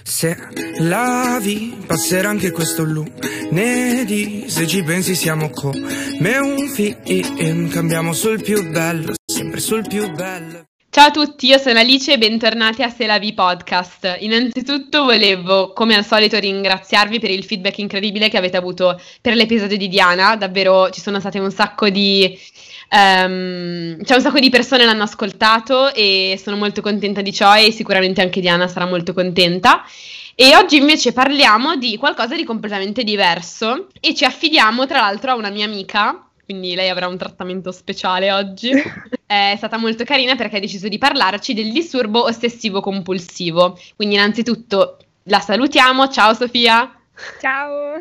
Se lavi passerà anche questo lunedì, se ci pensi siamo come un film, cambiamo sul più bello, sempre sul più bello. Ciao a tutti, io sono Alice e bentornati a Se la vi podcast. Innanzitutto volevo, come al solito, ringraziarvi per il feedback incredibile che avete avuto per l'episodio di Diana. Davvero ci sono state un sacco di persone l'hanno ascoltato e sono molto contenta di ciò e sicuramente anche Diana sarà molto contenta. E oggi invece parliamo di qualcosa di completamente diverso e ci affidiamo tra l'altro a una mia amica, quindi lei avrà un trattamento speciale oggi. È stata molto carina perché ha deciso di parlarci del disturbo ossessivo compulsivo. Quindi innanzitutto la salutiamo. Ciao Sofia. Ciao.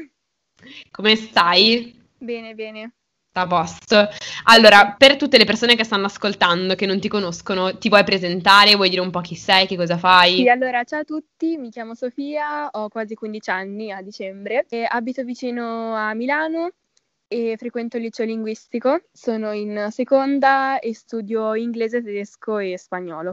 Come stai? Bene, bene. A posto. Allora, per tutte le persone che stanno ascoltando, che non ti conoscono, ti vuoi presentare? Vuoi dire un po' chi sei, che cosa fai? Sì, allora, ciao a tutti, mi chiamo Sofia, ho quasi 15 anni a dicembre e abito vicino a Milano e frequento il liceo linguistico. Sono in seconda e studio inglese, tedesco e spagnolo.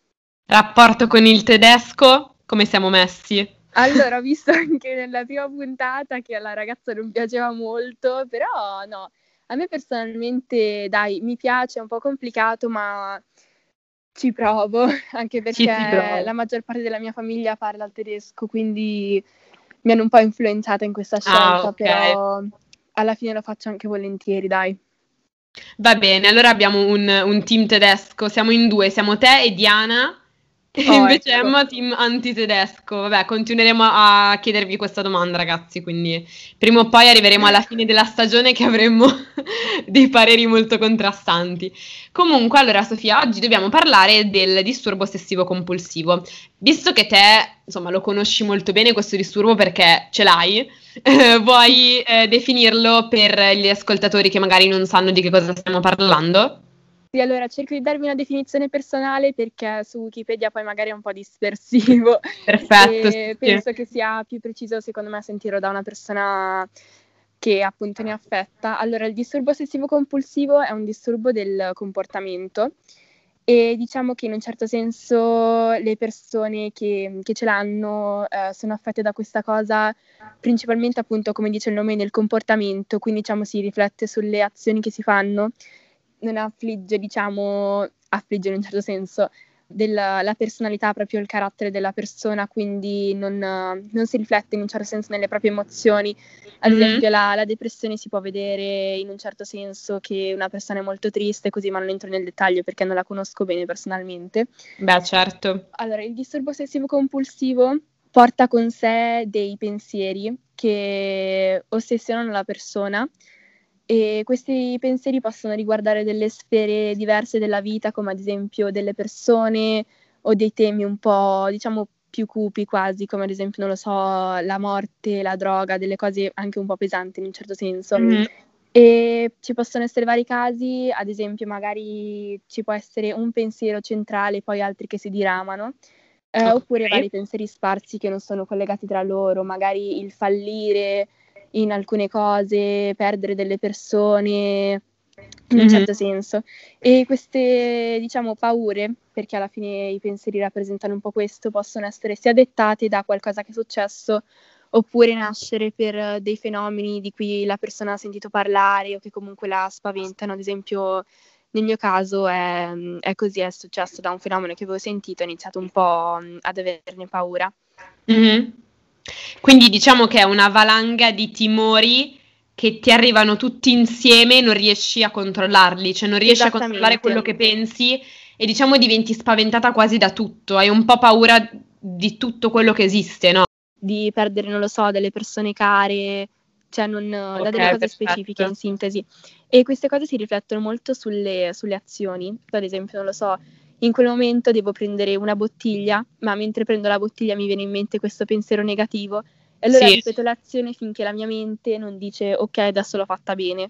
Rapporto con il tedesco? Come siamo messi? Allora, ho visto anche nella prima puntata che alla ragazza non piaceva molto, però no, a me personalmente, dai, mi piace, è un po' complicato, ma ci provo, anche perché la maggior parte della mia famiglia parla il tedesco, quindi mi hanno un po' influenzata in questa scelta, ok. però alla fine lo faccio anche volentieri, dai. Va bene, allora abbiamo un team tedesco, siamo in due, siamo te e Diana, e invece ecco. Emma team antitedesco. Vabbè, continueremo a chiedervi questa domanda, ragazzi, quindi prima o poi arriveremo alla fine della stagione che avremo dei pareri molto contrastanti. Comunque, allora Sofia, oggi dobbiamo parlare del disturbo ossessivo compulsivo. Visto che te, insomma, lo conosci molto bene questo disturbo perché ce l'hai, vuoi definirlo per gli ascoltatori che magari non sanno di che cosa stiamo parlando? Sì, allora cerco di darvi una definizione personale perché su Wikipedia poi magari è un po' dispersivo. Perfetto, e sì. penso che sia più preciso secondo me sentirlo da una persona che appunto ne affetta. Allora, il disturbo ossessivo compulsivo è un disturbo del comportamento e diciamo che in un certo senso le persone che ce l'hanno sono affette da questa cosa principalmente appunto, come dice il nome, nel comportamento, quindi diciamo si riflette sulle azioni che si fanno, non affligge, diciamo, affligge in un certo senso la personalità, proprio il carattere della persona, quindi non si riflette in un certo senso nelle proprie emozioni. Ad esempio la depressione si può vedere in un certo senso che una persona è molto triste, così, ma non entro nel dettaglio perché non la conosco bene personalmente. Beh, certo. Allora, il disturbo ossessivo compulsivo porta con sé dei pensieri che ossessionano la persona e questi pensieri possono riguardare delle sfere diverse della vita, come ad esempio delle persone o dei temi un po', diciamo, più cupi quasi, come ad esempio, non lo so, la morte, la droga, delle cose anche un po' pesanti in un certo senso. E ci possono essere vari casi, ad esempio magari ci può essere un pensiero centrale, poi altri che si diramano, oppure vari pensieri sparsi che non sono collegati tra loro, magari il fallire in alcune cose, perdere delle persone, in un certo senso. E queste, diciamo, paure, perché alla fine i pensieri rappresentano un po' questo, possono essere sia dettate da qualcosa che è successo, oppure nascere per dei fenomeni di cui la persona ha sentito parlare o che comunque la spaventano. Ad esempio, nel mio caso è così, è successo da un fenomeno che avevo sentito, ho iniziato un po' ad averne paura. Quindi diciamo che è una valanga di timori che ti arrivano tutti insieme e non riesci a controllarli, cioè non riesci a controllare quello che pensi e diciamo diventi spaventata quasi da tutto, hai un po' paura di tutto quello che esiste, no? Di perdere, non lo so, delle persone care, cioè da delle cose specifiche in sintesi. E queste cose si riflettono molto sulle azioni. Ad esempio, non lo so, in quel momento devo prendere una bottiglia, ma mentre prendo la bottiglia mi viene in mente questo pensiero negativo e allora ripeto l'azione finché la mia mente non dice ok, adesso l'ho fatta bene.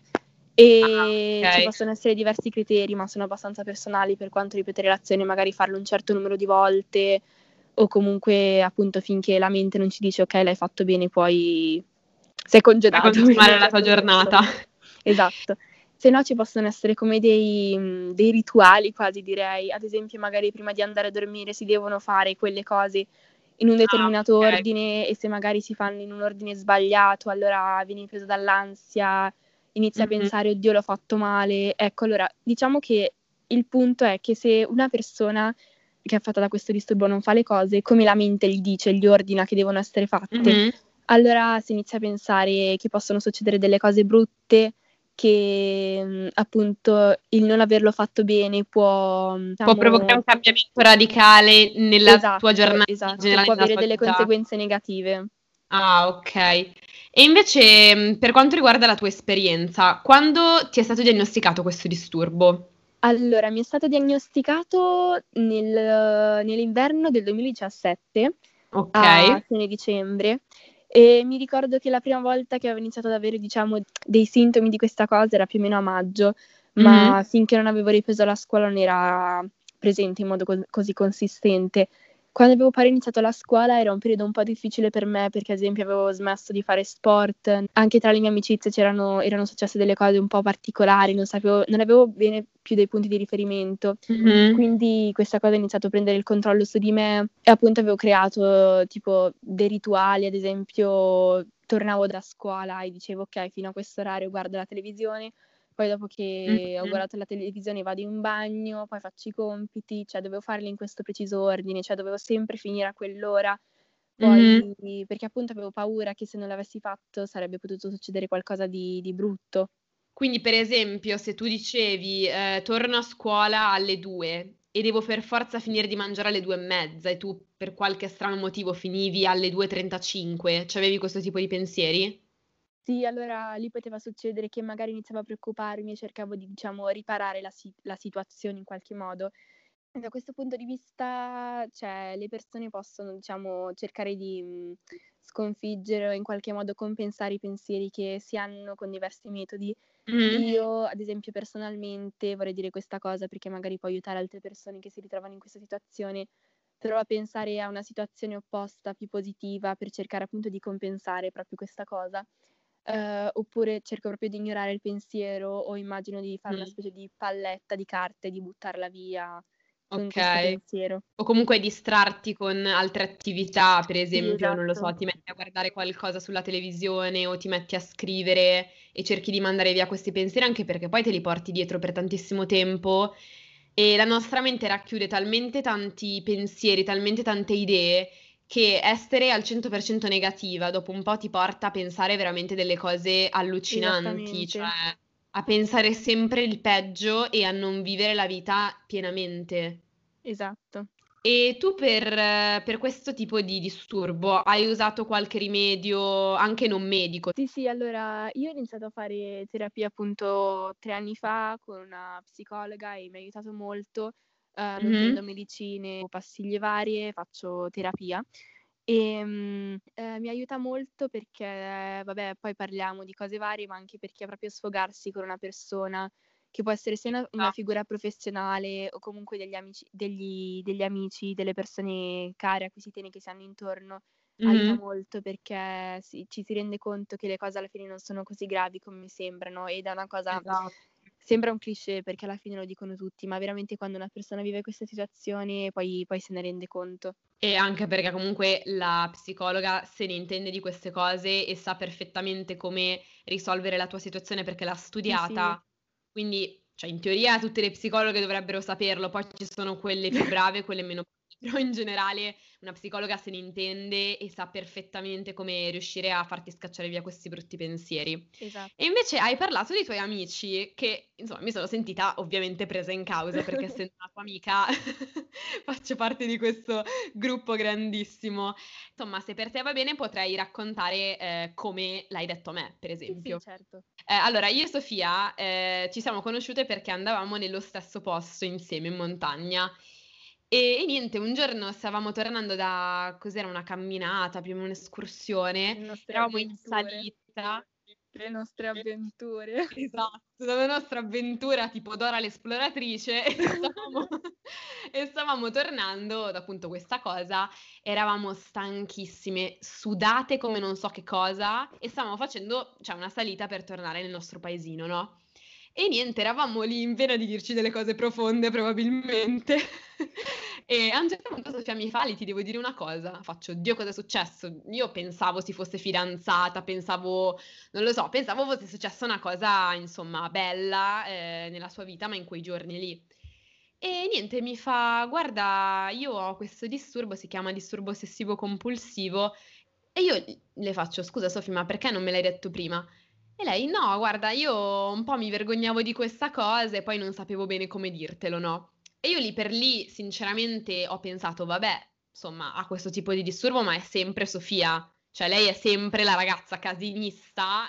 E ci possono essere diversi criteri, ma sono abbastanza personali per quanto ripetere l'azione, magari farlo un certo numero di volte o comunque appunto finché la mente non ci dice ok, l'hai fatto bene, poi sei congedato. Puoi continuare la tua giornata. Esatto. Se no ci possono essere come dei rituali quasi, direi. Ad esempio magari prima di andare a dormire si devono fare quelle cose in un Ah, determinato ok. ordine, e se magari si fanno in un ordine sbagliato, allora vieni preso dall'ansia, inizi a Mhm. pensare, oddio, l'ho fatto male. Ecco, allora, diciamo che il punto è che se una persona che è affetta da questo disturbo non fa le cose come la mente gli dice, gli ordina che devono essere fatte, Mhm. allora si inizia a pensare che possono succedere delle cose brutte, che appunto il non averlo fatto bene può, Può provocare diciamo, un cambiamento radicale nella tua esatto, giornata, in esatto, generale può nella avere tua delle vita. conseguenze negative. Ah, ok. E invece, per quanto riguarda la tua esperienza, quando ti è stato diagnosticato questo disturbo? Allora, mi è stato diagnosticato nell'inverno del 2017, Ok. a fine dicembre, e mi ricordo che la prima volta che avevo iniziato ad avere, diciamo, dei sintomi di questa cosa era più o meno a maggio, Mhm. ma finché non avevo ripreso la scuola non era presente in modo così consistente. Quando avevo poi iniziato la scuola era un periodo un po' difficile per me perché, ad esempio, avevo smesso di fare sport, anche tra le mie amicizie erano successe delle cose un po' particolari, non avevo bene più dei punti di riferimento. Mhm. Quindi questa cosa ha iniziato a prendere il controllo su di me e appunto avevo creato tipo dei rituali, ad esempio tornavo da scuola e dicevo ok, fino a questo orario guardo la televisione, poi dopo che ho Mhm. guardato la televisione vado in bagno, poi faccio i compiti, cioè dovevo farli in questo preciso ordine, cioè dovevo sempre finire a quell'ora, Mhm. poi perché appunto avevo paura che se non l'avessi fatto sarebbe potuto succedere qualcosa di brutto. Quindi, per esempio, se tu dicevi torno a scuola alle 2 e devo per forza finire di mangiare alle 2:30 e tu per qualche strano motivo finivi alle 2:35, c'avevi questo tipo di pensieri? Sì, allora lì poteva succedere che magari iniziavo a preoccuparmi e cercavo di, diciamo, riparare la situazione in qualche modo. E da questo punto di vista, cioè, le persone possono, diciamo, cercare di sconfiggere o in qualche modo compensare i pensieri che si hanno con diversi metodi. Mhm. Io, ad esempio, personalmente vorrei dire questa cosa perché magari può aiutare altre persone che si ritrovano in questa situazione. Provo a pensare a una situazione opposta, più positiva, per cercare appunto di compensare proprio questa cosa. Oppure cerco proprio di ignorare il pensiero o immagino di fare una Mm. specie di palletta di carte e di buttarla via con questo Ok. pensiero. O comunque distrarti con altre attività, per Sì, esempio, non lo so, esatto. ti metti a guardare qualcosa sulla televisione o ti metti a scrivere e cerchi di mandare via questi pensieri, anche perché poi te li porti dietro per tantissimo tempo e la nostra mente racchiude talmente tanti pensieri, talmente tante idee, che essere al 100% negativa dopo un po' ti porta a pensare veramente delle cose allucinanti, cioè Esattamente, a pensare sempre il peggio e a non vivere la vita pienamente. esatto. E tu per questo tipo di disturbo hai usato qualche rimedio, anche non medico? Sì, sì, allora io ho iniziato a fare terapia appunto 3 anni fa con una psicologa e mi ha aiutato molto. Non prendo Mhm. medicine o pastiglie varie, faccio terapia. Mi aiuta molto perché, vabbè, poi parliamo di cose varie, ma anche perché proprio sfogarsi con una persona, che può essere sia una figura professionale o comunque degli amici, delle persone care a cui si tiene, che si hanno intorno, aiuta Mhm. molto perché ci si rende conto che le cose alla fine non sono così gravi come sembrano ed è una cosa, Esatto. sembra un cliché perché alla fine lo dicono tutti, ma veramente quando una persona vive questa situazione poi se ne rende conto. E anche perché comunque la psicologa se ne intende di queste cose e sa perfettamente come risolvere la tua situazione perché l'ha Sì, sì, studiata. Quindi, cioè, in teoria tutte le psicologhe dovrebbero saperlo, poi ci sono quelle più brave e quelle meno brave, però in generale una psicologa se ne intende e sa perfettamente come riuscire a farti scacciare via questi brutti pensieri. E esatto. invece hai parlato dei tuoi amici che, insomma, mi sono sentita ovviamente presa in causa perché essendo una tua amica faccio parte di questo gruppo grandissimo. Insomma, se per te va bene, potrei raccontare come l'hai detto a me, per Sì, sì, esempio. certo. Allora, io e Sofia ci siamo conosciute perché andavamo nello stesso posto insieme in montagna. E niente, un giorno stavamo tornando da, cos'era, una camminata, più o meno un'escursione, Le nostre eravamo in avventure, salita. le nostre avventure. Esatto, dalla nostra avventura tipo Dora l'esploratrice e stavamo tornando da appunto questa cosa, eravamo stanchissime, sudate come non so che cosa e stavamo facendo, cioè, una salita per tornare nel nostro paesino, no? E niente, eravamo lì in pena di dirci delle cose profonde probabilmente. E a un certo punto Sofia mi fa, "Ali, ti devo dire una cosa." Faccio, Dio, cosa è successo? Io pensavo si fosse fidanzata, pensavo, non lo so, pensavo fosse successa una cosa, insomma, bella nella sua vita, ma in quei giorni lì. E niente, mi fa, guarda, io ho questo disturbo, si chiama disturbo ossessivo compulsivo, e io le faccio, scusa Sofì, ma perché non me l'hai detto prima? E lei, no, guarda, io un po' mi vergognavo di questa cosa e poi non sapevo bene come dirtelo, no? E io lì per lì, sinceramente, ho pensato, vabbè, insomma, ha questo tipo di disturbo, ma è sempre Sofia. Cioè, lei è sempre la ragazza casinista,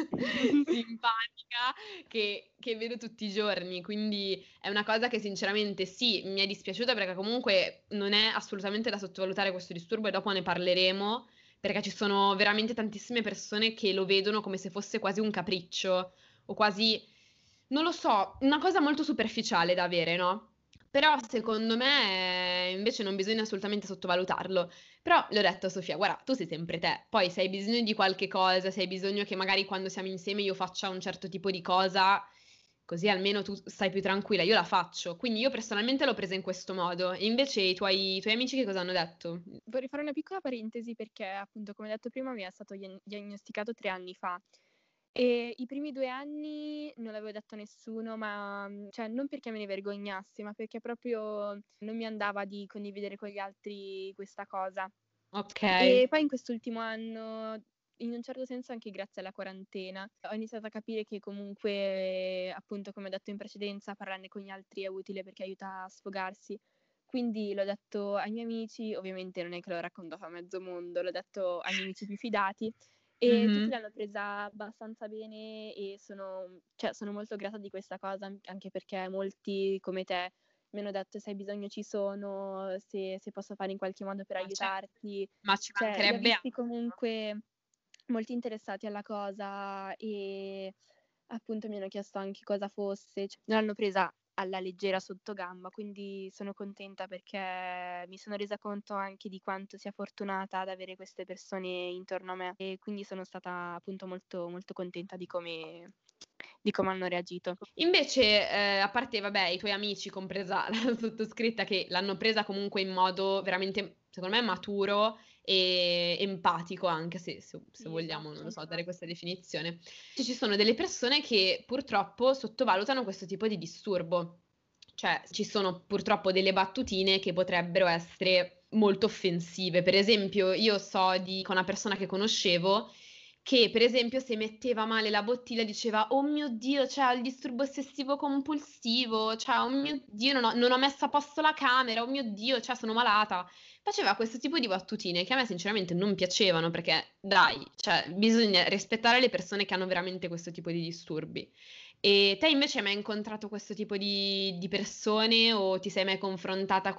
simpatica, che vedo tutti i giorni. Quindi è una cosa che sinceramente sì, mi è dispiaciuta perché comunque non è assolutamente da sottovalutare questo disturbo e dopo ne parleremo perché ci sono veramente tantissime persone che lo vedono come se fosse quasi un capriccio o quasi, non lo so, una cosa molto superficiale da avere, no? Però secondo me invece non bisogna assolutamente sottovalutarlo. Però le ho detto a Sofia, guarda, tu sei sempre te, poi se hai bisogno di qualche cosa, se hai bisogno che magari quando siamo insieme io faccia un certo tipo di cosa, così almeno tu stai più tranquilla, io la faccio. Quindi io personalmente l'ho presa in questo modo. E invece i tuoi amici che cosa hanno detto? Vorrei fare una piccola parentesi perché, appunto, come detto prima, mi è stato diagnosticato 3 anni fa. E i primi 2 anni non l'avevo detto a nessuno, ma cioè, non perché me ne vergognassi, ma perché proprio non mi andava di condividere con gli altri questa cosa. Ok. E poi in quest'ultimo anno, in un certo senso anche grazie alla quarantena, ho iniziato a capire che comunque, appunto, come ho detto in precedenza, parlarne con gli altri è utile perché aiuta a sfogarsi. Quindi l'ho detto ai miei amici, ovviamente non è che l'ho raccontato a mezzo mondo, l'ho detto ai miei amici più fidati e tutti Mhm. l'hanno presa abbastanza bene e sono molto grata di questa cosa, anche perché molti come te mi hanno detto se hai bisogno ci sono, se posso fare in qualche modo per Ma certo, aiutarti. ma ci Cioè, li ho mancherebbe visti altro. comunque molto interessati alla cosa e appunto mi hanno chiesto anche cosa fosse. Cioè, non l'hanno presa alla leggera sotto gamba, quindi sono contenta perché mi sono resa conto anche di quanto sia fortunata ad avere queste persone intorno a me e quindi sono stata appunto molto, molto contenta di come hanno reagito. Invece, a parte, vabbè, i tuoi amici, compresa la sottoscritta, che l'hanno presa comunque in modo veramente, secondo me, maturo e empatico, anche se Sì, vogliamo, non lo esatto. so, dare questa definizione. Ci sono delle persone che purtroppo sottovalutano questo tipo di disturbo. Cioè, ci sono purtroppo delle battutine che potrebbero essere molto offensive. Per esempio, io so di con una persona che conoscevo che, per esempio, se metteva male la bottiglia diceva, oh mio Dio, cioè, ho il disturbo ossessivo compulsivo, cioè, oh mio Dio, non ho messo a posto la camera, oh mio Dio, cioè, sono malata. Faceva questo tipo di battutine che a me sinceramente non piacevano perché, dai, cioè, bisogna rispettare le persone che hanno veramente questo tipo di disturbi. E te invece hai mai incontrato questo tipo di persone o ti sei mai confrontata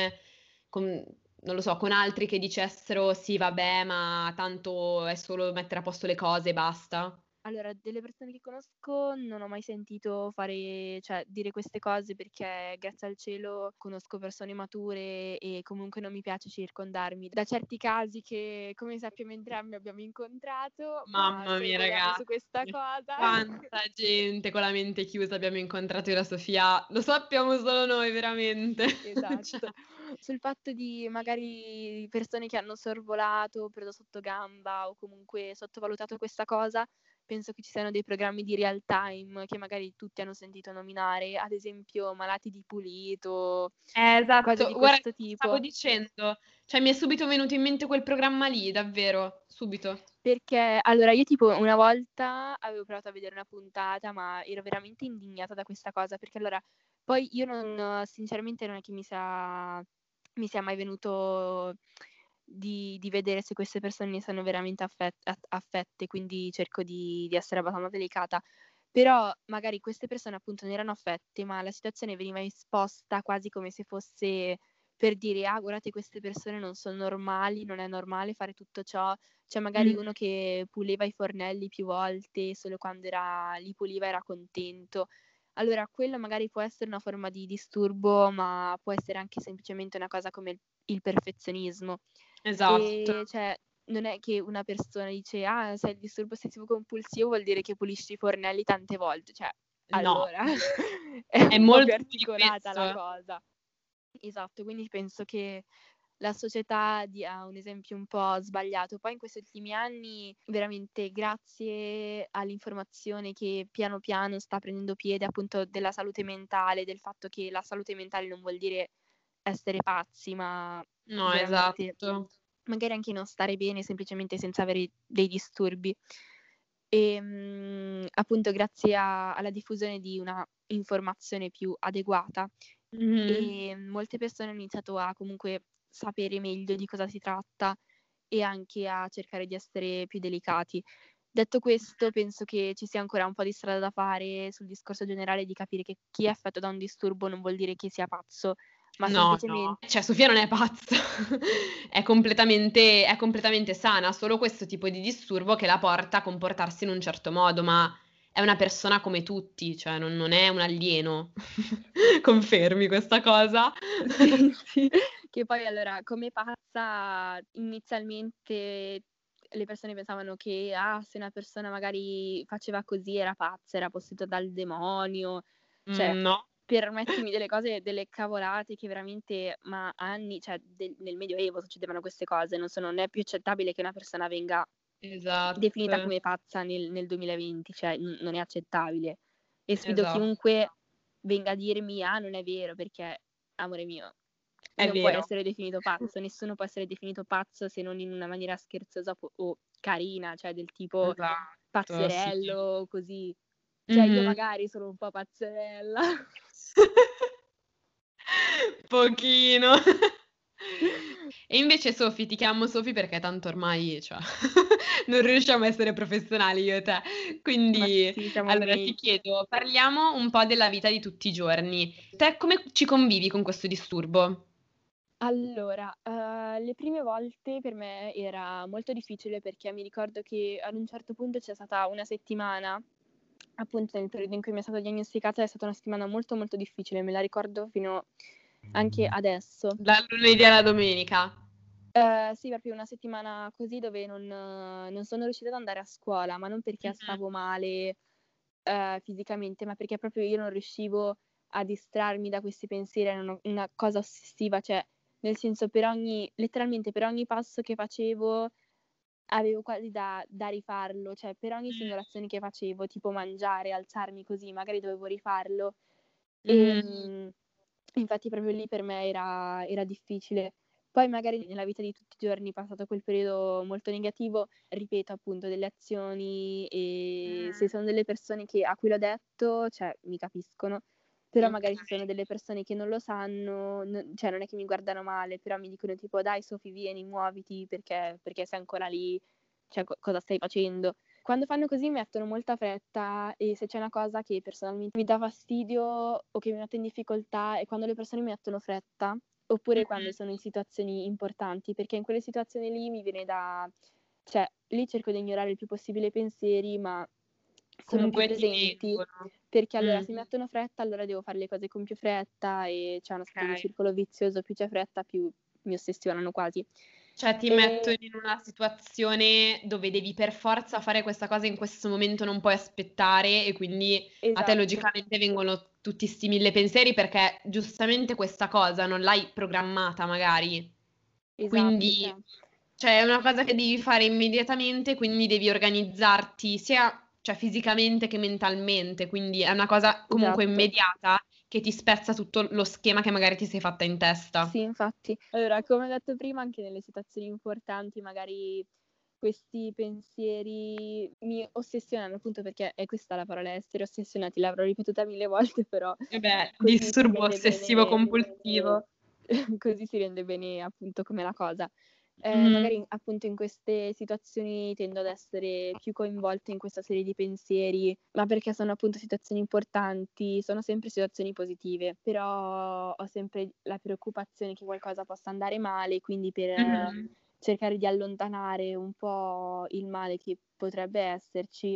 non lo so, con altri che dicessero sì, vabbè, ma tanto è solo mettere a posto le cose e basta? Allora, delle persone che conosco non ho mai sentito cioè, dire queste cose perché grazie al cielo conosco persone mature e comunque non mi piace circondarmi da certi casi che, come sappiamo entrambi, abbiamo incontrato, ma Mamma mia, sorvoliamo su ragazzi, questa cosa. quanta gente con la mente chiusa abbiamo incontrato io e la Sofia, lo sappiamo solo noi, veramente. Cioè, Esatto. Sul fatto di magari persone che hanno sorvolato, preso sotto gamba o comunque sottovalutato questa cosa, penso che ci siano dei programmi di real time che magari tutti hanno sentito nominare, ad esempio Malati di Pulito, cose esatto, di guarda, questo stavo tipo. dicendo, cioè mi è subito venuto in mente quel programma lì, davvero, subito. Perché allora io tipo una volta avevo provato a vedere una puntata, ma ero veramente indignata da questa cosa, perché allora poi io non, sinceramente non è che mi sia mai venuto di vedere se queste persone ne sono veramente affette, quindi cerco di essere abbastanza delicata. Però magari queste persone appunto non erano affette, ma la situazione veniva esposta quasi come se fosse per dire, ah, guardate, queste persone non sono normali, non è normale fare tutto ciò. C'è magari Mm. uno che puliva i fornelli più volte, solo quando li puliva era contento. Allora, quello magari può essere una forma di disturbo, ma può essere anche semplicemente una cosa come il perfezionismo. Esatto. E cioè, non è che una persona dice, ah, se hai il disturbo ossessivo compulsivo vuol dire che pulisci i fornelli tante volte. Cioè, No, allora è è un po' più molto più di articolata la questo. cosa. Esatto, quindi penso che la società dia un esempio un po' sbagliato. Poi in questi ultimi anni, veramente grazie all'informazione che piano piano sta prendendo piede appunto della salute mentale, del fatto che la salute mentale non vuol dire essere pazzi, ma No, veramente esatto. magari anche non stare bene semplicemente senza avere dei disturbi. E appunto grazie alla diffusione di una informazione più adeguata e molte persone hanno iniziato a comunque sapere meglio di cosa si tratta e anche a cercare di essere più delicati. Detto questo, penso che ci sia ancora un po' di strada da fare sul discorso generale di capire che chi è affetto da un disturbo non vuol dire che sia pazzo, ma No, semplicemente cioè Sofia non è pazza, è completamente sana, solo questo tipo di disturbo che la porta a comportarsi in un certo modo, ma è una persona come tutti, cioè non è un alieno. Confermi questa cosa? sì, sì, che poi allora come pazza inizialmente le persone pensavano che se una persona magari faceva così era pazza, era posseduta dal demonio, cioè No, permettimi delle cose, delle cavolate che veramente, ma anni, cioè nel Medioevo succedevano queste cose, non è più accettabile che una persona venga definita esatto, come pazza nel 2020, cioè non è accettabile. E sfido esatto, chiunque venga a dirmi, non è vero, perché, amore mio, è non puoi vero. essere definito pazzo, nessuno può essere definito pazzo se non in una maniera scherzosa o carina, cioè del tipo Esatto, sì. pazzerello, così. Cioè io Mhm. magari sono un po' pazzerella. Pochino. E invece Sofi, ti chiamo Sofi perché tanto ormai, cioè, non riusciamo a essere professionali io e te. Ma Quindi, sì, siamo allora ti amici. chiedo, parliamo un po' della vita di tutti i giorni. Te come ci convivi con questo disturbo? Allora, le prime volte per me era molto difficile perché mi ricordo che ad un certo punto c'è stata una settimana, appunto nel periodo in cui mi è stata diagnosticata, è stata una settimana molto molto difficile, me la ricordo fino anche adesso. Dal lunedì alla domenica. Sì, proprio una settimana così dove non sono riuscita ad andare a scuola, ma non perché Mhm. stavo male, fisicamente, ma perché proprio io non riuscivo a distrarmi da questi pensieri, era una cosa ossessiva, cioè nel senso letteralmente per ogni passo che facevo avevo quasi da rifarlo, cioè per ogni singola azione che facevo, tipo mangiare, alzarmi così, magari dovevo rifarlo. Mhm. Infatti proprio lì per me era difficile. Poi magari nella vita di tutti i giorni, passato quel periodo molto negativo, ripeto appunto delle azioni e se sono delle persone a cui l'ho detto, cioè mi capiscono, però Ok. magari se sono delle persone che non lo sanno, cioè non è che mi guardano male, però mi dicono tipo dai Sofi vieni, muoviti perché sei ancora lì, cioè cosa stai facendo? Quando fanno così mi mettono molta fretta e se c'è una cosa che personalmente mi dà fastidio o che mi mette in difficoltà è quando le persone mi mettono fretta oppure quando Mhm. sono in situazioni importanti, perché in quelle situazioni lì mi viene cioè lì cerco di ignorare il più possibile i pensieri, ma sono più Comunque ti presenti vengono. perché allora Mm. se mi mettono fretta allora devo fare le cose con più fretta e c'è una specie di Ok. circolo vizioso, più c'è fretta più mi ossessionano quasi. Cioè ti mettono E in una situazione dove devi per forza fare questa cosa in questo momento, non puoi aspettare e quindi a te esatto, logicamente vengono tutti sti mille pensieri perché giustamente questa cosa non l'hai programmata magari. esatto, Quindi, cioè, cioè, è una cosa che devi fare immediatamente, quindi devi organizzarti sia, cioè, fisicamente che mentalmente, quindi è una cosa comunque esatto. immediata che ti spezza tutto lo schema che magari ti sei fatta in testa. Sì, infatti. Allora, come ho detto prima, anche nelle situazioni importanti, magari questi pensieri mi ossessionano, appunto perché è questa la parola, essere ossessionati, l'avrò ripetuta mille volte, però E beh, così si disturbo rende ossessivo bene, compulsivo. così si rende bene appunto come la cosa. Mhm. Magari appunto in queste situazioni tendo ad essere più coinvolta in questa serie di pensieri, ma perché sono appunto situazioni importanti, sono sempre situazioni positive, però ho sempre la preoccupazione che qualcosa possa andare male, quindi per Mhm. cercare di allontanare un po' il male che potrebbe esserci,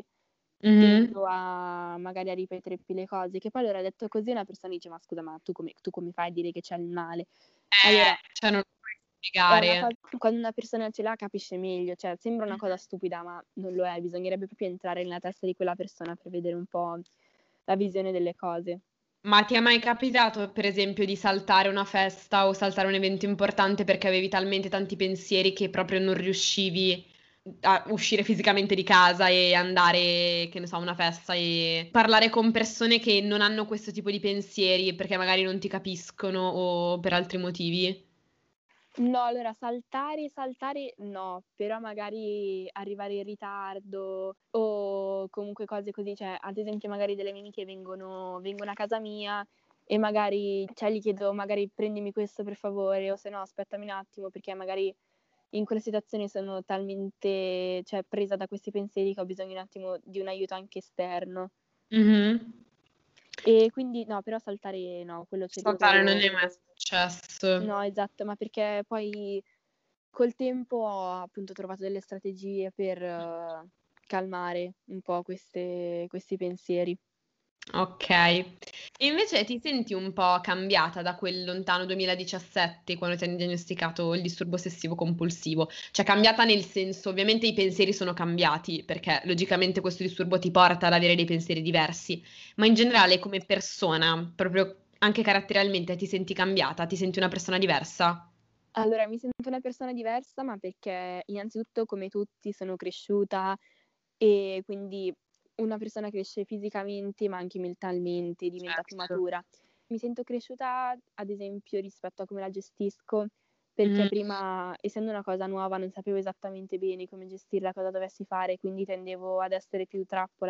Mhm. tendo magari a ripetere più le cose, che poi allora detto così una persona dice ma scusa, ma tu come fai a dire che c'è il male? Allora, Cioè non lo puoi è una spiegare. cosa, quando una persona ce l'ha capisce meglio, cioè sembra una cosa Mhm. stupida, ma non lo è, bisognerebbe proprio entrare nella testa di quella persona per vedere un po' la visione delle cose. Ma ti è mai capitato, per esempio, di saltare una festa o saltare un evento importante perché avevi talmente tanti pensieri che proprio non riuscivi a uscire fisicamente di casa e andare, che ne so, a una festa e parlare con persone che non hanno questo tipo di pensieri perché magari non ti capiscono o per altri motivi? No, allora saltare no, però magari arrivare in ritardo o comunque cose così, cioè ad esempio magari delle mie amiche vengono a casa mia e magari, cioè gli chiedo magari prendimi questo per favore o se no aspettami un attimo perché magari in quella situazione sono talmente, cioè, presa da questi pensieri che ho bisogno un attimo di un aiuto anche esterno. Mhm. E quindi no, però saltare no, quello Saltare non cerco. è mai successo. No, esatto, ma perché poi col tempo ho appunto trovato delle strategie per calmare un po' questi pensieri. Ok. E invece ti senti un po' cambiata da quel lontano 2017 quando ti hanno diagnosticato il disturbo ossessivo compulsivo? Cioè cambiata nel senso, ovviamente i pensieri sono cambiati perché logicamente questo disturbo ti porta ad avere dei pensieri diversi, ma in generale come persona, proprio anche caratterialmente ti senti cambiata, ti senti una persona diversa? Allora, mi sento una persona diversa, ma perché innanzitutto, come tutti, sono cresciuta e quindi una persona cresce fisicamente, ma anche mentalmente, diventa più Certo. matura. Mi sento cresciuta, ad esempio, rispetto a come la gestisco, perché Mm, prima, essendo una cosa nuova, non sapevo esattamente bene come gestirla, cosa dovessi fare, quindi tendevo ad essere più trappola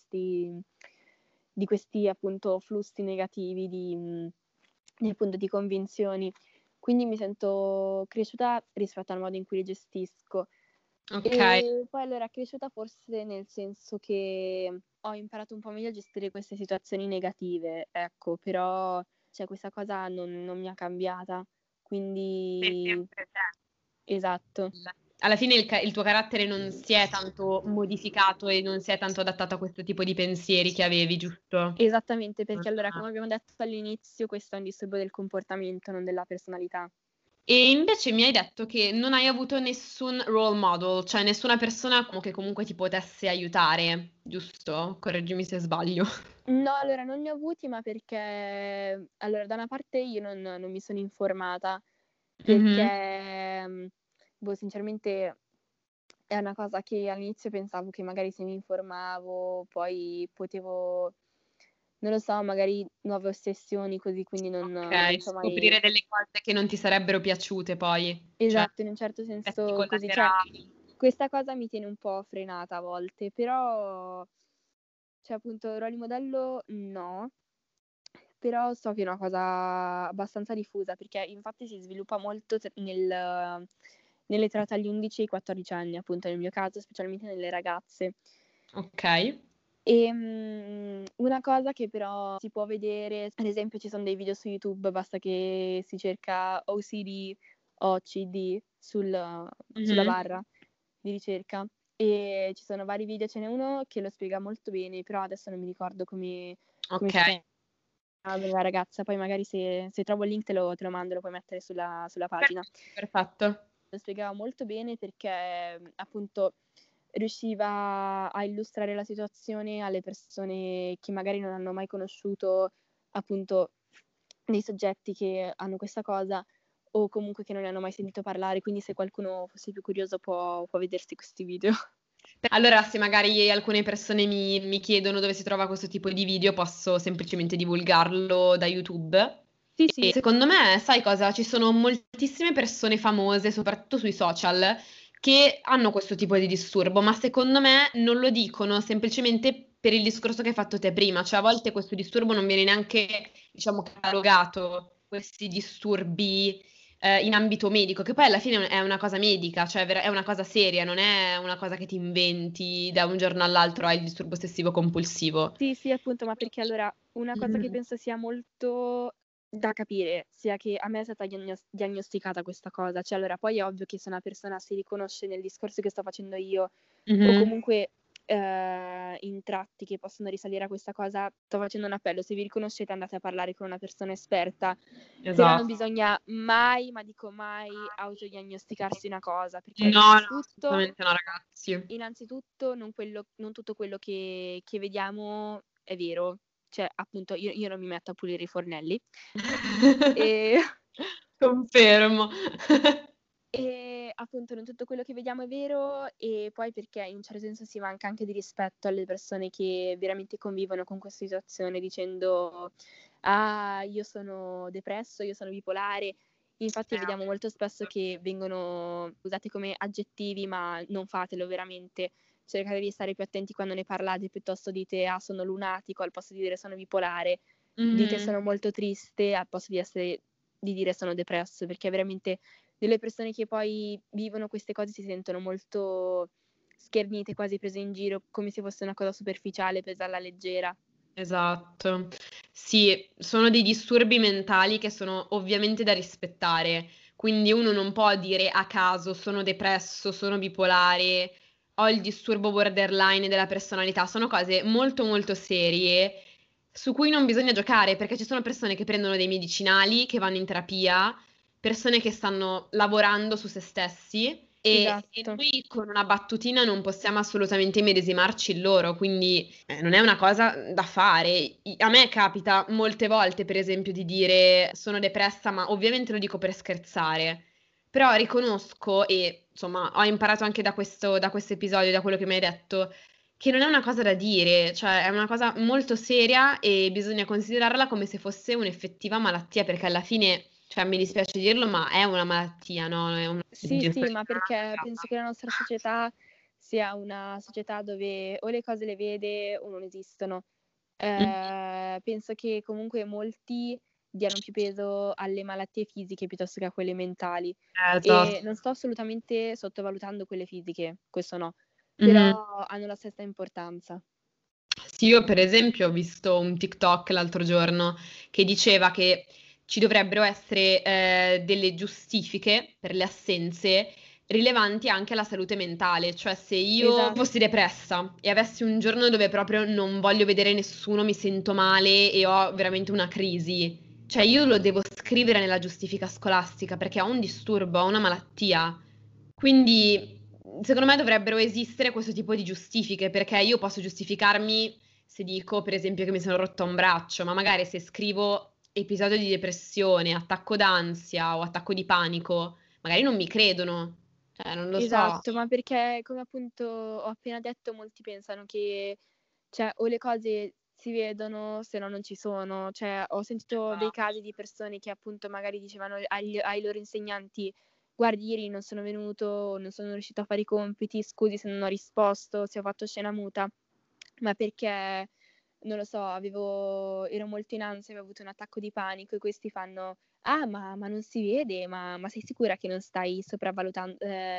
di questi appunto flussi negativi appunto di convinzioni. Quindi mi sento cresciuta rispetto al modo in cui li gestisco. ok. E poi allora cresciuta forse nel senso che ho imparato un po' meglio a gestire queste situazioni negative, ecco, però cioè, questa cosa non mi ha cambiata, Sei quindi sempre te. esatto. Alla fine il tuo carattere non si è tanto modificato e non si è tanto adattato a questo tipo di pensieri che avevi, giusto? Esattamente, perché allora, Non- come abbiamo detto all'inizio, questo è un disturbo del comportamento, non della personalità. E invece mi hai detto che non hai avuto nessun role model, cioè nessuna persona che comunque ti potesse aiutare, giusto? Correggimi se sbaglio. No, allora non ne ho avuti, ma perché allora da una parte io non mi sono informata, Mhm. perché boh, sinceramente è una cosa che all'inizio pensavo che magari se mi informavo poi potevo, non lo so, magari nuove ossessioni così, quindi non Ok, ci ho mai. scoprire delle cose che non ti sarebbero piaciute poi, cioè Esatto, in un certo effetti senso così, cioè collaterali. questa cosa mi tiene un po' frenata a volte, però cioè appunto ruoli modello no, però so che è una cosa abbastanza diffusa perché infatti si sviluppa molto nell'età tra gli 11 e i 14 anni, appunto nel mio caso, specialmente nelle ragazze. Ok. Una cosa che però si può vedere, ad esempio ci sono dei video su YouTube, basta che si cerca OCD, OCD sulla Mhm. barra di ricerca e ci sono vari video, ce n'è uno che lo spiega molto bene, però adesso non mi ricordo come Ok, si chiama la ragazza, poi magari se trovo il link te lo mando, lo puoi mettere sulla pagina. perfetto. Lo spiegava molto bene perché appunto riusciva a illustrare la situazione alle persone che magari non hanno mai conosciuto appunto dei soggetti che hanno questa cosa o comunque che non ne hanno mai sentito parlare, quindi se qualcuno fosse più curioso può vedersi questi video. Allora, se magari alcune persone mi chiedono dove si trova questo tipo di video, posso semplicemente divulgarlo da YouTube. Sì, E sì, secondo me, sai cosa? Ci sono moltissime persone famose, soprattutto sui social, che hanno questo tipo di disturbo, ma secondo me non lo dicono semplicemente per il discorso che hai fatto te prima, cioè a volte questo disturbo non viene neanche, diciamo, catalogato, questi disturbi in ambito medico, che poi alla fine è una cosa medica, cioè è una cosa seria, non è una cosa che ti inventi da un giorno all'altro hai il disturbo ossessivo compulsivo. sì, sì, appunto, ma perché Quindi, allora una cosa che mm, penso sia molto da capire, sia che a me è stata diagnosticata questa cosa, cioè allora poi è ovvio che se una persona si riconosce nel discorso che sto facendo io o mhm, comunque in tratti che possono risalire a questa cosa, sto facendo un appello, se vi riconoscete andate a parlare con una persona esperta, però non esatto. bisogna mai, ma dico mai, autodiagnosticarsi una cosa, perché No, no, assolutamente no, ragazzi. innanzitutto non tutto quello che vediamo è vero, cioè appunto io non mi metto a pulire i fornelli. E... Confermo. E appunto non tutto quello che vediamo è vero, e poi perché in un certo senso si manca anche di rispetto alle persone che veramente convivono con questa situazione, dicendo io sono depresso, io sono bipolare. Infatti vediamo molto spesso che vengono usati come aggettivi, ma non fatelo veramente. Cercate di stare più attenti quando ne parlate, piuttosto dite sono lunatico al posto di dire sono bipolare, dite sono molto triste al posto di dire sono depresso, perché veramente delle persone che poi vivono queste cose si sentono molto schernite, quasi prese in giro, come se fosse una cosa superficiale, presa alla leggera. Esatto. Sì, sono dei disturbi mentali che sono ovviamente da rispettare, quindi uno non può dire a caso sono depresso, sono bipolare, ho il disturbo borderline della personalità, sono cose molto molto serie su cui non bisogna giocare, perché ci sono persone che prendono dei medicinali, che vanno in terapia, persone che stanno lavorando su se stessi e Esatto. noi con una battutina non possiamo assolutamente medesimarci in loro, quindi non è una cosa da fare. A me capita molte volte, per esempio, di dire sono depressa, ma ovviamente lo dico per scherzare. Però riconosco e insomma ho imparato anche da questo episodio, da quello che mi hai detto, che non è una cosa da dire, cioè è una cosa molto seria e bisogna considerarla come se fosse un'effettiva malattia, perché alla fine, cioè mi dispiace dirlo, ma è una malattia, no? È una Sì, ma perché penso che la nostra società sia una società dove o le cose le vede o non esistono. Penso che comunque molti diano più peso alle malattie fisiche piuttosto che a quelle mentali. E Esatto. non sto assolutamente sottovalutando quelle fisiche, questo no, Mhm. però hanno la stessa importanza. Sì, io per esempio ho visto un TikTok l'altro giorno che diceva che ci dovrebbero essere delle giustifiche per le assenze rilevanti anche alla salute mentale, cioè se io Esatto. fossi depressa e avessi un giorno dove proprio non voglio vedere nessuno, mi sento male e ho veramente una crisi, cioè io lo devo scrivere nella giustifica scolastica perché ho un disturbo, ho una malattia. Quindi, secondo me dovrebbero esistere questo tipo di giustifiche, perché io posso giustificarmi se dico, per esempio, che mi sono rotto un braccio, ma magari se scrivo episodio di depressione, attacco d'ansia o attacco di panico, magari non mi credono. Cioè, non lo so. Esatto, ma perché come appunto ho appena detto, molti pensano che cioè, o le cose si vedono se no non ci sono. Cioè, ho sentito dei casi di persone che appunto magari dicevano ai loro insegnanti: guardi, ieri non sono venuto, non sono riuscito a fare i compiti, scusi se non ho risposto, se ho fatto scena muta, ma perché non lo so, ero molto in ansia, avevo avuto un attacco di panico, e questi fanno: ma non si vede, ma sei sicura che non stai sopravvalutando,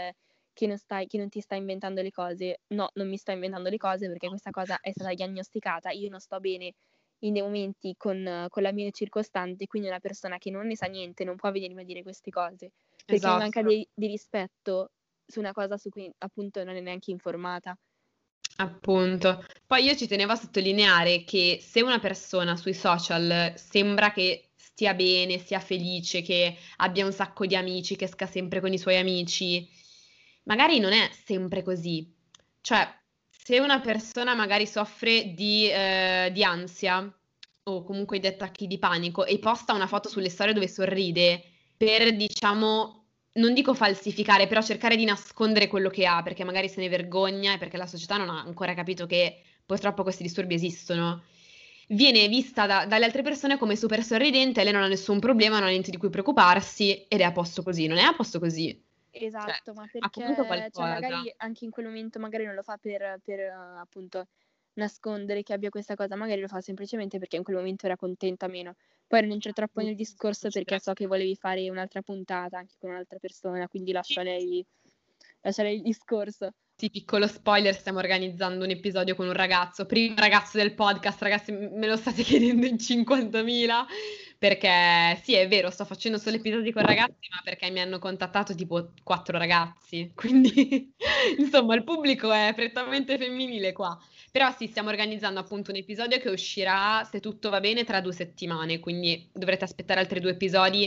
che non ti stai inventando le cose? No, non mi sto inventando le cose perché questa cosa è stata diagnosticata, io non sto bene in dei momenti con l'ambiente circostante, quindi una persona che non ne sa niente non può venirmi a dire queste cose, perché mi manca Esatto. di rispetto su una cosa su cui appunto non è neanche informata. Appunto. Poi io ci tenevo a sottolineare che se una persona sui social sembra che stia bene, sia felice, che abbia un sacco di amici, che esca sempre con i suoi amici, magari non è sempre così. Cioè, se una persona magari soffre di ansia o comunque di attacchi di panico e posta una foto sulle storie dove sorride per, diciamo, non dico falsificare, però cercare di nascondere quello che ha, perché magari se ne vergogna e perché la società non ha ancora capito che purtroppo questi disturbi esistono. Viene vista dalle altre persone come super sorridente, lei non ha nessun problema, non ha niente di cui preoccuparsi ed è a posto così. Non è a posto così. Cioè, Esatto, ma ha comunque perché cioè, qualcosa. magari anche in quel momento magari non lo fa per appunto nascondere che abbia questa cosa, magari lo fa semplicemente perché in quel momento era contenta meno. Poi non entro troppo nel discorso perché so che volevi fare un'altra puntata anche con un'altra persona, quindi lascia lei il discorso. Sì, piccolo spoiler, stiamo organizzando un episodio con un ragazzo, primo ragazzo del podcast, ragazzi, me lo state chiedendo in 50.000, perché sì, è vero, sto facendo solo episodi con ragazzi, ma perché mi hanno contattato tipo 4 ragazzi, quindi insomma il pubblico è prettamente femminile qua. Però sì, stiamo organizzando appunto un episodio che uscirà, se tutto va bene, tra 2 settimane, quindi dovrete aspettare altri 2 episodi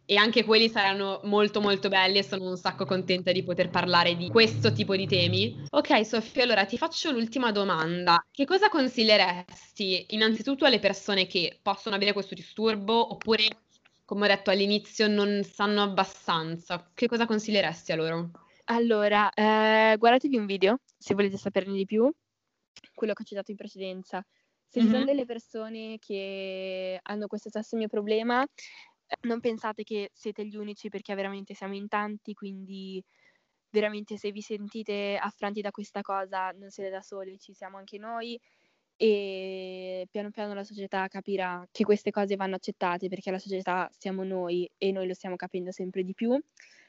e anche quelli saranno molto molto belli e sono un sacco contenta di poter parlare di questo tipo di temi. Ok, Sofia, allora ti faccio l'ultima domanda. Che cosa consiglieresti innanzitutto alle persone che possono avere questo disturbo oppure, come ho detto all'inizio, non sanno abbastanza? Che cosa consiglieresti a loro? Allora, guardatevi un video se volete saperne di più, quello che ho citato in precedenza. Se ci sono delle persone che hanno questo stesso mio problema, non pensate che siete gli unici, perché veramente siamo in tanti, quindi veramente se vi sentite affranti da questa cosa non siete da soli, ci siamo anche noi, e piano piano la società capirà che queste cose vanno accettate, perché la società siamo noi e noi lo stiamo capendo sempre di più.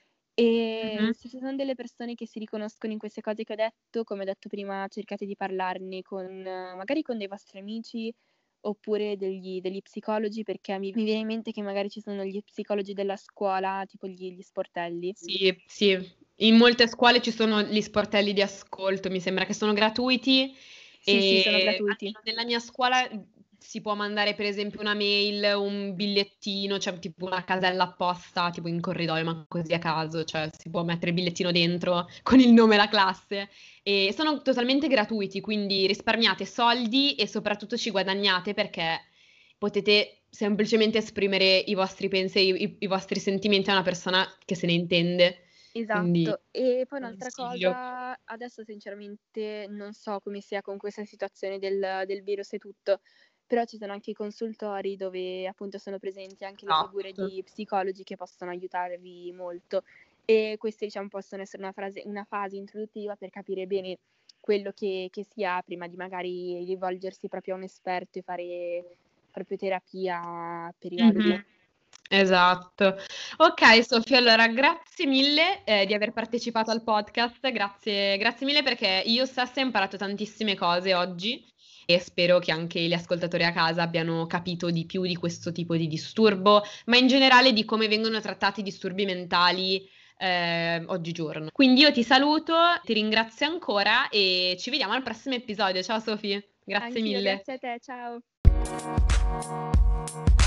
E se ci sono delle persone che si riconoscono in queste cose che ho detto, come ho detto prima, cercate di parlarne magari con dei vostri amici oppure degli psicologi, perché mi viene in mente che magari ci sono gli psicologi della scuola, tipo gli sportelli. Sì, sì. In molte scuole ci sono gli sportelli di ascolto, mi sembra che sono gratuiti Sì, sono e gratuiti. almeno nella mia scuola si può mandare per esempio una mail, un bigliettino, cioè tipo una casella apposta, tipo in corridoio, ma così a caso, cioè si può mettere il bigliettino dentro con il nome e la classe e sono totalmente gratuiti, quindi risparmiate soldi e soprattutto ci guadagnate perché potete semplicemente esprimere i vostri pensieri, i vostri sentimenti a una persona che se ne intende. Quindi Esatto, e poi un'altra consiglio. cosa, adesso sinceramente non so come sia con questa situazione del virus e tutto, però ci sono anche i consultori dove appunto sono presenti anche le figure Esatto. di psicologi che possono aiutarvi molto, e queste diciamo possono essere una fase introduttiva per capire bene quello che si ha prima di magari rivolgersi proprio a un esperto e fare proprio terapia periodica. Mhm. Esatto. Ok, Sofia, allora grazie mille di aver partecipato al podcast, grazie mille perché io stessa ho imparato tantissime cose oggi e spero che anche gli ascoltatori a casa abbiano capito di più di questo tipo di disturbo, ma in generale di come vengono trattati i disturbi mentali oggigiorno. Quindi io ti saluto, ti ringrazio ancora e ci vediamo al prossimo episodio. Ciao Sofia, grazie Anch'io, mille. grazie a te, ciao!